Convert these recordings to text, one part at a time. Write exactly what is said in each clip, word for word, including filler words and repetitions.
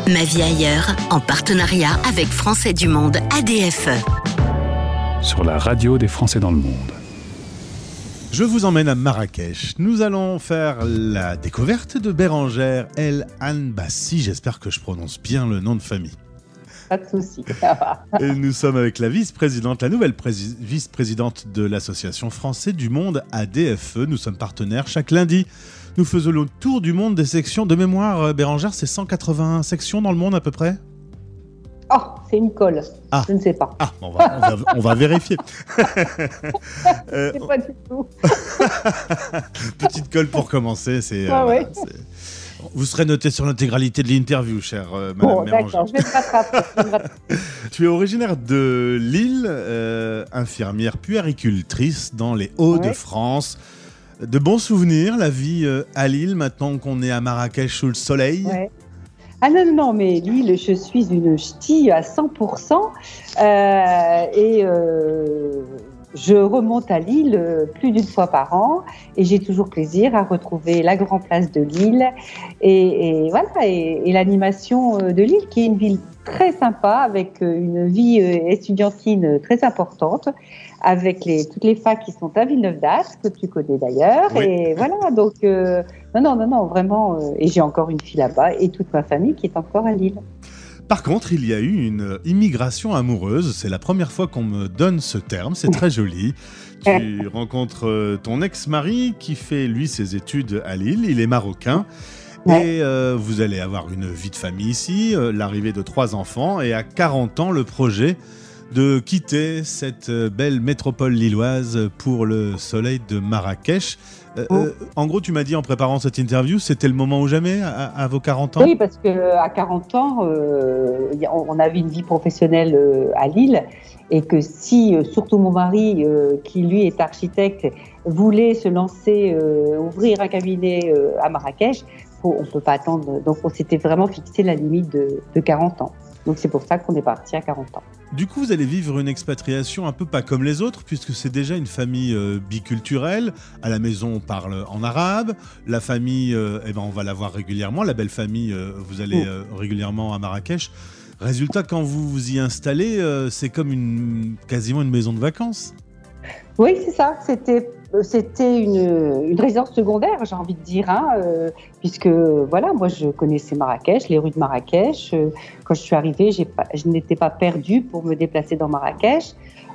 Ma vie ailleurs, en partenariat avec Français du Monde A D F E. Sur la radio des Français dans le monde. Je vous emmène à Marrakech. Nous allons faire la découverte de Bérangère El Anbassi. J'espère que je prononce bien le nom de famille. Pas de souci. Et nous sommes avec la vice-présidente, la nouvelle prési- vice-présidente de l'Association Français du Monde A D F E. Nous sommes partenaires chaque lundi. Nous faisons le tour du monde des sections. De mémoire, Bérangère, c'est cent quatre-vingts sections dans le monde à peu près ? Oh, c'est une colle. Ah. Je ne sais pas. Ah, on va, on va, on va vérifier. euh, c'est pas du tout. Petite colle pour commencer. C'est, ah, euh, ouais. c'est... Vous serez noté sur l'intégralité de l'interview, chère euh, Madame bon, Bérangère. D'accord, je vais me rattraper. Tu es originaire de Lille, euh, infirmière puéricultrice dans les Hauts-de-France. Ouais. De bons souvenirs, la vie euh, à Lille, maintenant qu'on est à Marrakech sous le soleil. Ouais. Ah non, non, non, mais Lille, je suis une ch'ti à cent pour cent euh, et euh, je remonte à Lille plus d'une fois par an et j'ai toujours plaisir à retrouver la Grand Place de Lille et, et voilà, et, et l'animation de Lille qui est une ville très sympa avec une vie étudiantine très importante avec les, toutes les facs qui sont à Villeneuve-d'Ascq, que tu connais d'ailleurs. Oui. Et voilà, donc, euh, non, non, non, non, vraiment. Euh, et j'ai encore une fille là-bas et toute ma famille qui est encore à Lille. Par contre, il y a eu une immigration amoureuse. C'est la première fois qu'on me donne ce terme. C'est très joli. Tu rencontres ton ex-mari qui fait, lui, ses études à Lille. Il est marocain. Ouais. Et euh, vous allez avoir une vie de famille ici, euh, l'arrivée de trois enfants. Et à quarante ans, le projet de quitter cette belle métropole lilloise pour le soleil de Marrakech. Euh, oh. euh, en gros, tu m'as dit en préparant cette interview, c'était le moment ou jamais à, à vos quarante ans ? Oui, parce qu'à quarante ans, euh, on avait une vie professionnelle euh, à Lille et que si, euh, surtout mon mari, euh, qui lui est architecte, voulait se lancer, euh, ouvrir un cabinet euh, à Marrakech, faut, on ne peut pas attendre. Donc, on s'était vraiment fixé la limite de, de quarante ans. Donc, c'est pour ça qu'on est parti à quarante ans. Du coup, vous allez vivre une expatriation un peu pas comme les autres, puisque c'est déjà une famille euh, biculturelle. À la maison, on parle en arabe. La famille, euh, eh ben, on va la voir régulièrement. La belle famille, euh, vous allez euh, régulièrement à Marrakech. Résultat, quand vous vous y installez, euh, c'est comme une, quasiment une maison de vacances. Oui, c'est ça. C'était... C'était une, une résidence secondaire, j'ai envie de dire, hein, euh, puisque voilà, moi je connaissais Marrakech, les rues de Marrakech. Euh, quand je suis arrivée, j'ai pas, je n'étais pas perdue pour me déplacer dans Marrakech.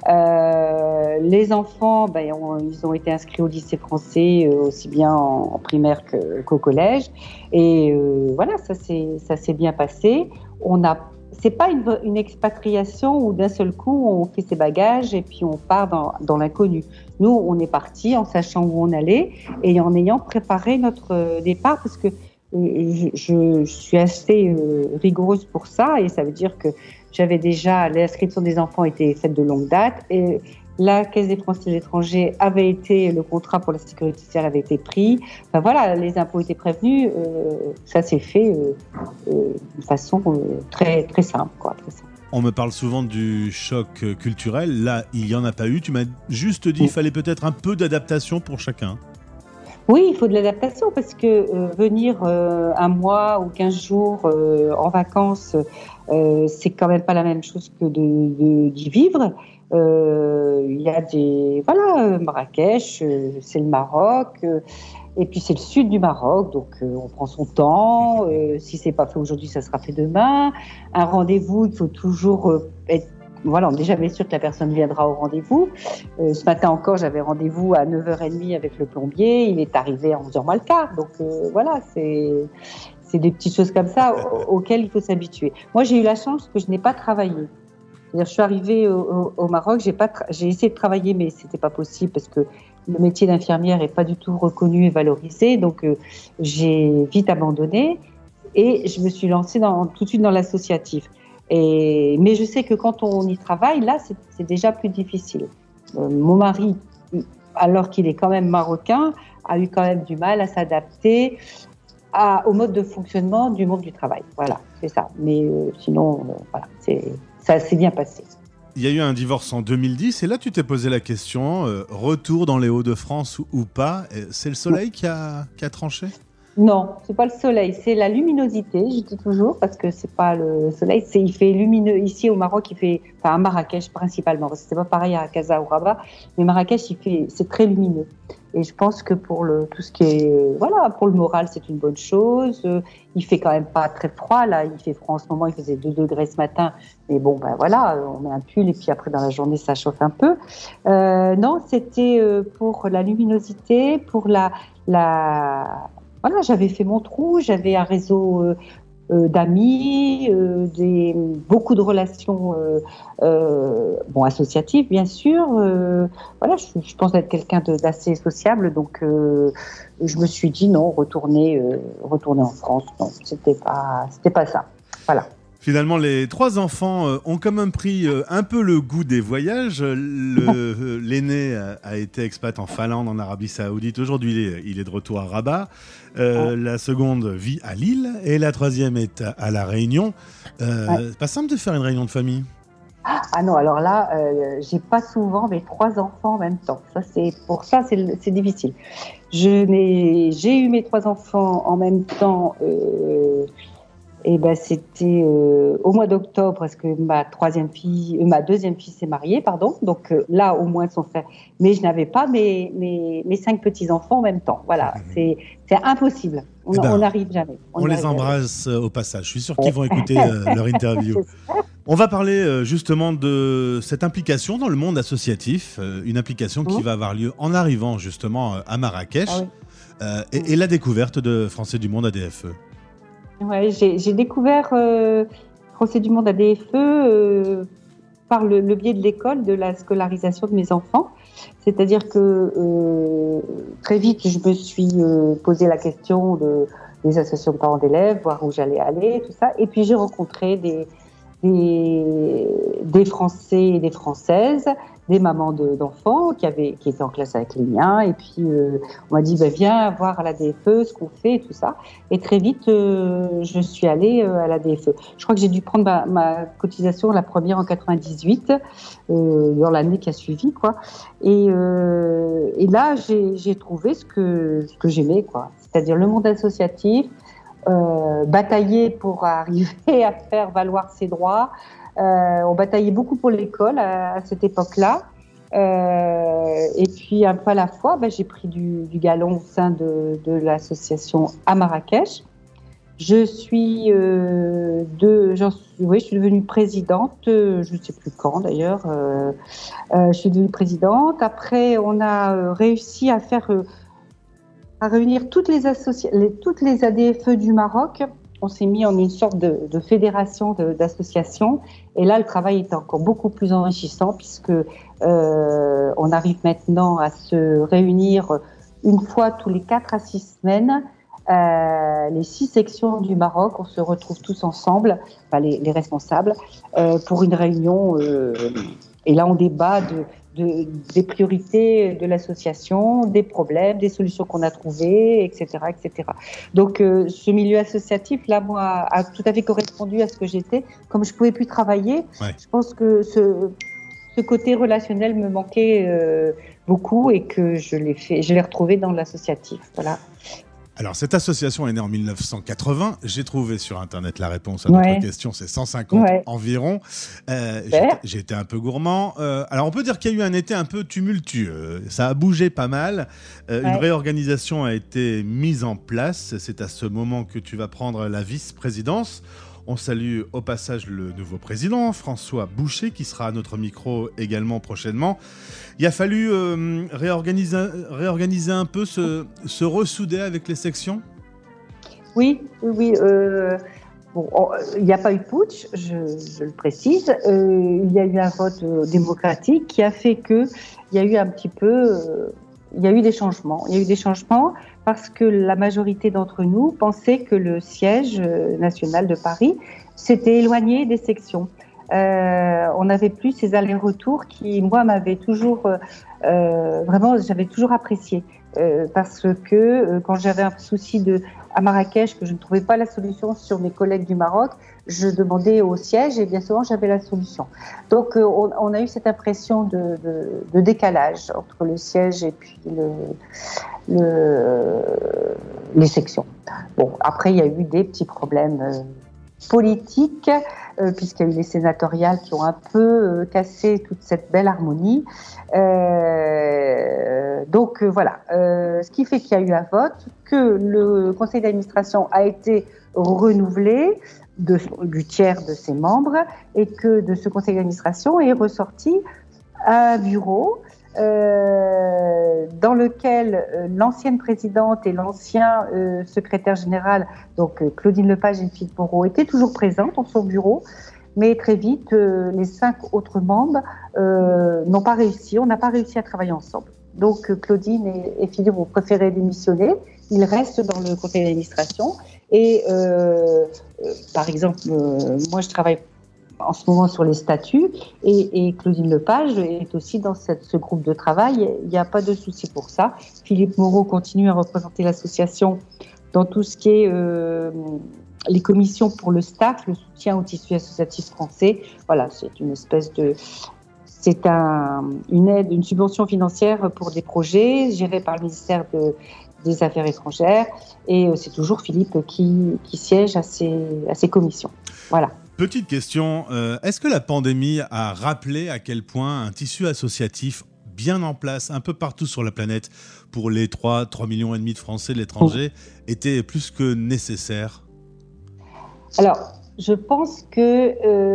Euh, les enfants, ben, on, ils ont été inscrits au lycée français, euh, aussi bien en, en primaire que, qu'au collège. Et euh, voilà, ça s'est, ça s'est bien passé. On a C'est pas une, une expatriation où d'un seul coup on fait ses bagages et puis on part dans, dans l'inconnu. Nous, on est parti en sachant où on allait et en ayant préparé notre départ parce que euh, je, je suis assez euh, rigoureuse pour ça et ça veut dire que j'avais déjà l'inscription des enfants était faite de longue date et la Caisse des Français de l'étranger avait été, le contrat pour la sécurité sociale avait été pris. Enfin voilà, les impôts étaient prévenus. Euh, ça s'est fait euh, euh, de façon euh, très très simple, quoi. Très simple. On me parle souvent du choc culturel. Là, il n'y en a pas eu. Tu m'as juste dit qu'il fallait peut-être un peu d'adaptation pour chacun. Oui, il faut de l'adaptation parce que euh, venir euh, un mois ou quinze jours euh, en vacances, euh, c'est quand même pas la même chose que de, de, d'y vivre. Il euh, y a des... Voilà, Marrakech, euh, c'est le Maroc, euh, et puis c'est le sud du Maroc, donc euh, on prend son temps. Euh, si c'est pas fait aujourd'hui, ça sera fait demain. Un rendez-vous, il faut toujours euh, être... Voilà, on n'est jamais sûr que la personne viendra au rendez-vous. Euh, ce matin encore, j'avais rendez-vous à neuf heures trente avec le plombier. Il est arrivé à onze heures moins le quart. Donc euh, voilà, c'est, c'est des petites choses comme ça auxquelles il faut s'habituer. Moi, j'ai eu la chance que je n'ai pas travaillé. C'est-à-dire, je suis arrivée au, au, au Maroc, j'ai, pas tra- j'ai essayé de travailler, mais ce n'était pas possible parce que le métier d'infirmière n'est pas du tout reconnu et valorisé. Donc euh, j'ai vite abandonné et je me suis lancée dans, tout de suite dans l'associatif. Et, mais je sais que quand on y travaille, là, c'est, c'est déjà plus difficile. Euh, mon mari, alors qu'il est quand même marocain, a eu quand même du mal à s'adapter à, au mode de fonctionnement du monde du travail. Voilà, c'est ça. Mais euh, sinon, euh, voilà, c'est, ça s'est bien passé. Il y a eu un divorce en deux mille dix et là, tu t'es posé la question, euh, retour dans les Hauts-de-France ou, ou pas ? C'est le soleil qui a, qui a tranché ? Non, c'est pas le soleil, c'est la luminosité, je dis toujours, parce que c'est pas le soleil, c'est, il fait lumineux. Ici au Maroc, il fait, enfin à Marrakech principalement, parce que c'est pas pareil à Casa ou Rabat, mais Marrakech, il fait, c'est très lumineux. Et je pense que pour le, tout ce qui est, euh, voilà, pour le moral, c'est une bonne chose. Euh, il fait quand même pas très froid, là, il fait froid en ce moment, il faisait deux degrés ce matin, mais bon, ben voilà, on met un pull et puis après dans la journée, ça chauffe un peu. Euh, non, c'était euh, pour la luminosité, pour la, la, voilà, j'avais fait mon trou, j'avais un réseau euh, euh, d'amis, euh, des, beaucoup de relations euh, euh, bon, associatives, bien sûr. Euh, voilà, je, je pense être quelqu'un de, d'assez sociable, donc euh, je me suis dit non, retourner, euh, retourner en France, non, c'était pas, c'était pas ça. Voilà. Finalement, les trois enfants euh, ont quand même pris euh, un peu le goût des voyages. Le, euh, l'aîné a, a été expat en Finlande, en Arabie Saoudite. Aujourd'hui, il est, il est de retour à Rabat. Euh, ouais. La seconde vit à Lille et la troisième est à, à La Réunion. Euh, ouais. Pas simple de faire une réunion de famille. Ah non, alors là, euh, j'ai pas souvent mes trois enfants en même temps. Ça, c'est pour ça, c'est, c'est difficile. Je n'ai, j'ai eu mes trois enfants en même temps. Euh, Et ben c'était euh, au mois d'octobre parce que ma troisième fille, euh, ma deuxième fille s'est mariée, pardon. Donc euh, là au moins son frère. Mais je n'avais pas mes mes, mes cinq petits enfants en même temps. Voilà, mmh. c'est c'est impossible. On n'arrive ben, jamais. On, on les embrasse jamais. Au passage. Je suis sûr qu'ils vont écouter euh, leur interview. On va parler euh, justement de cette implication dans le monde associatif, euh, une implication mmh. qui va avoir lieu en arrivant justement à Marrakech ah, oui. euh, et, mmh. et la découverte de Français du Monde A D F E. Ouais, j'ai, j'ai découvert euh, Français du Monde A D F E euh, par le, le biais de l'école, de la scolarisation de mes enfants. C'est-à-dire que euh, très vite, je me suis euh, posé la question de, des associations de parents d'élèves, voir où j'allais aller, tout ça. Et puis j'ai rencontré des, des, des Français et des Françaises, des mamans de, d'enfants qui, avaient, qui étaient en classe avec les miens. Et puis, euh, on m'a dit, bah, viens voir à l'A D F E ce qu'on fait et tout ça. Et très vite, euh, je suis allée euh, à l'A D F E. Je crois que j'ai dû prendre ma, ma cotisation, la première en quatre-vingt-dix-huit, euh, dans l'année qui a suivi, quoi. Et, euh, et là, j'ai, j'ai trouvé ce que, ce que j'aimais, quoi. C'est-à-dire le monde associatif, euh, batailler pour arriver à faire valoir ses droits. Euh, on bataillait beaucoup pour l'école à, à cette époque-là. Euh, et puis, un peu à la fois, ben, j'ai pris du, du galon au sein de, de l'association à Marrakech. Je suis, euh, de, j'en suis, oui, je suis devenue présidente, euh, je ne sais plus quand d'ailleurs. Euh, euh, je suis devenue présidente. Après, on a euh, réussi à faire, euh, à réunir toutes les, associa- les, toutes les A D F E du Maroc. On s'est mis en une sorte de, de fédération de, d'associations. Et là, le travail est encore beaucoup plus enrichissant puisque euh, on arrive maintenant à se réunir une fois tous les quatre à six semaines. Euh, les six sections du Maroc, on se retrouve tous ensemble, enfin les, les responsables, euh, pour une réunion. Euh, et là, on débat de, de, des priorités de l'association, des problèmes, des solutions qu'on a trouvées, et cetera, et cetera. Donc, euh, ce milieu associatif, là, moi, a tout à fait correspondu à ce que j'étais. Comme je pouvais plus travailler, ouais. je pense que ce, ce côté relationnel me manquait euh, beaucoup et que je l'ai fait, je l'ai retrouvé dans l'associatif. Voilà. Alors, cette association est née en dix-neuf cent quatre-vingts. J'ai trouvé sur Internet la réponse à notre ouais. question. C'est cent cinquante ouais. environ. Euh, j'ai, j'ai été un peu gourmand. Euh, alors, on peut dire qu'il y a eu un été un peu tumultueux. Ça a bougé pas mal. Euh, ouais. Une réorganisation a été mise en place. C'est à ce moment que tu vas prendre la vice-présidence. On salue au passage le nouveau président, François Boucher, qui sera à notre micro également prochainement. Il a fallu euh, réorganiser, réorganiser un peu, se, se ressouder avec les sections ? Oui, oui, oui. Euh, bon, il n'y a pas eu de putsch, je, je le précise. Euh, il y a eu un vote euh, démocratique qui a fait qu'il y a eu un petit peu... Euh, il y a eu des changements. Il y a eu des changements parce que la majorité d'entre nous pensait que le siège national de Paris s'était éloigné des sections. Euh, on n'avait plus ces allers-retours qui, moi, m'avaient toujours, euh, vraiment, j'avais toujours apprécié. Euh, parce que euh, quand j'avais un souci de, à Marrakech, que je ne trouvais pas la solution sur mes collègues du Maroc, je demandais au siège et bien souvent j'avais la solution. Donc euh, on, on a eu cette impression de, de, de décalage entre le siège et puis le, le, les sections. Bon, après il y a eu des petits problèmes euh, politiques, euh, puisqu'il y a eu les sénatoriales qui ont un peu euh, cassé toute cette belle harmonie. Euh, donc euh, voilà, euh, ce qui fait qu'il y a eu un vote, que le conseil d'administration a été renouvelé de, du tiers de ses membres et que de ce conseil d'administration est ressorti un bureau euh, dans lequel euh, l'ancienne présidente et l'ancien euh, secrétaire général, donc euh, Claudine Lepage et Philippe Moreau, étaient toujours présents dans son bureau. Mais très vite, euh, les cinq autres membres euh, n'ont pas réussi, on n'a pas réussi à travailler ensemble. Donc euh, Claudine et, et Philippe ont préféré démissionner, ils restent dans le conseil d'administration. Et euh, euh, par exemple, euh, moi je travaille en ce moment sur les statuts et, et Claudine Lepage est aussi dans cette, ce groupe de travail, il n'y a pas de souci pour ça. Philippe Moreau continue à représenter l'association dans tout ce qui est... Euh, les commissions pour le staff, le soutien au tissu associatif français. Voilà, c'est une espèce de... C'est un, une aide, une subvention financière pour des projets gérés par le ministère de, des Affaires étrangères. Et c'est toujours Philippe qui, qui siège à ces, à ces commissions. Voilà. Petite question, euh, est-ce que la pandémie a rappelé à quel point un tissu associatif bien en place un peu partout sur la planète pour les trois, trois millions et demi de Français de l'étranger oh. était plus que nécessaire ? Alors, je pense que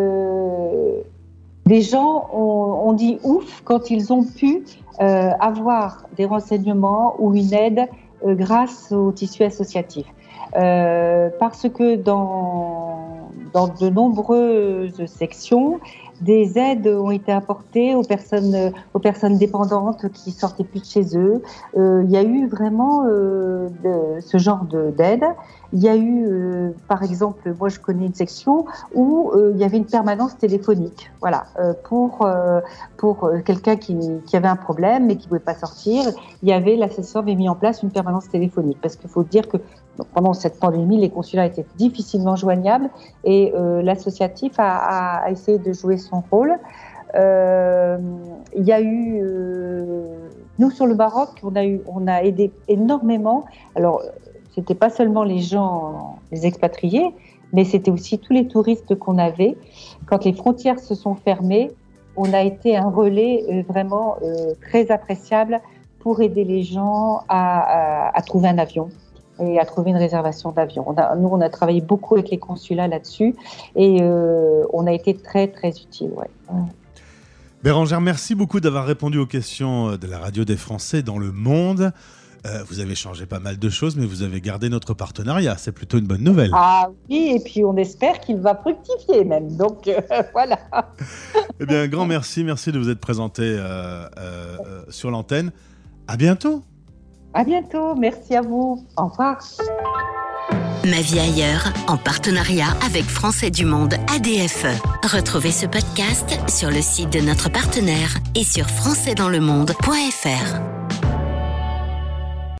euh, des gens ont, ont dit ouf quand ils ont pu euh, avoir des renseignements ou une aide euh, grâce au tissu associatif. Euh, parce que dans, dans de nombreuses sections, des aides ont été apportées aux personnes, aux personnes dépendantes qui sortaient plus de chez eux. Euh, il y a eu vraiment euh, de, ce genre de, d'aide. Il y a eu, euh, par exemple, moi je connais une section où euh, il y avait une permanence téléphonique, voilà, euh, pour euh, pour euh, quelqu'un qui, qui avait un problème mais qui pouvait pas sortir. Il y avait l'assesseur avait mis en place une permanence téléphonique parce qu'il faut dire que pendant cette pandémie, les consulats étaient difficilement joignables et euh, l'associatif a, a, a essayé de jouer son rôle. Euh, il y a eu, euh, nous sur le Maroc, on a eu, on a aidé énormément. Alors, c'était pas seulement les gens, les expatriés, mais c'était aussi tous les touristes qu'on avait. Quand les frontières se sont fermées, on a été un relais euh, vraiment euh, très appréciable pour aider les gens à, à, à trouver un avion et à trouver une réservation d'avion. On a, nous, on a travaillé beaucoup avec les consulats là-dessus et euh, on a été très, très utile. Ouais. Bérengère, merci beaucoup d'avoir répondu aux questions de la radio des Français dans le monde. Euh, vous avez changé pas mal de choses, mais vous avez gardé notre partenariat. C'est plutôt une bonne nouvelle. Ah oui, et puis on espère qu'il va fructifier même. Donc euh, voilà. Eh bien, un grand merci. Merci de vous être présenté euh, euh, euh, sur l'antenne. À bientôt. À bientôt. Merci à vous. Au revoir. Ma vie ailleurs, en partenariat avec Français du Monde A D F E. Retrouvez ce podcast sur le site de notre partenaire et sur français dans le monde point f r.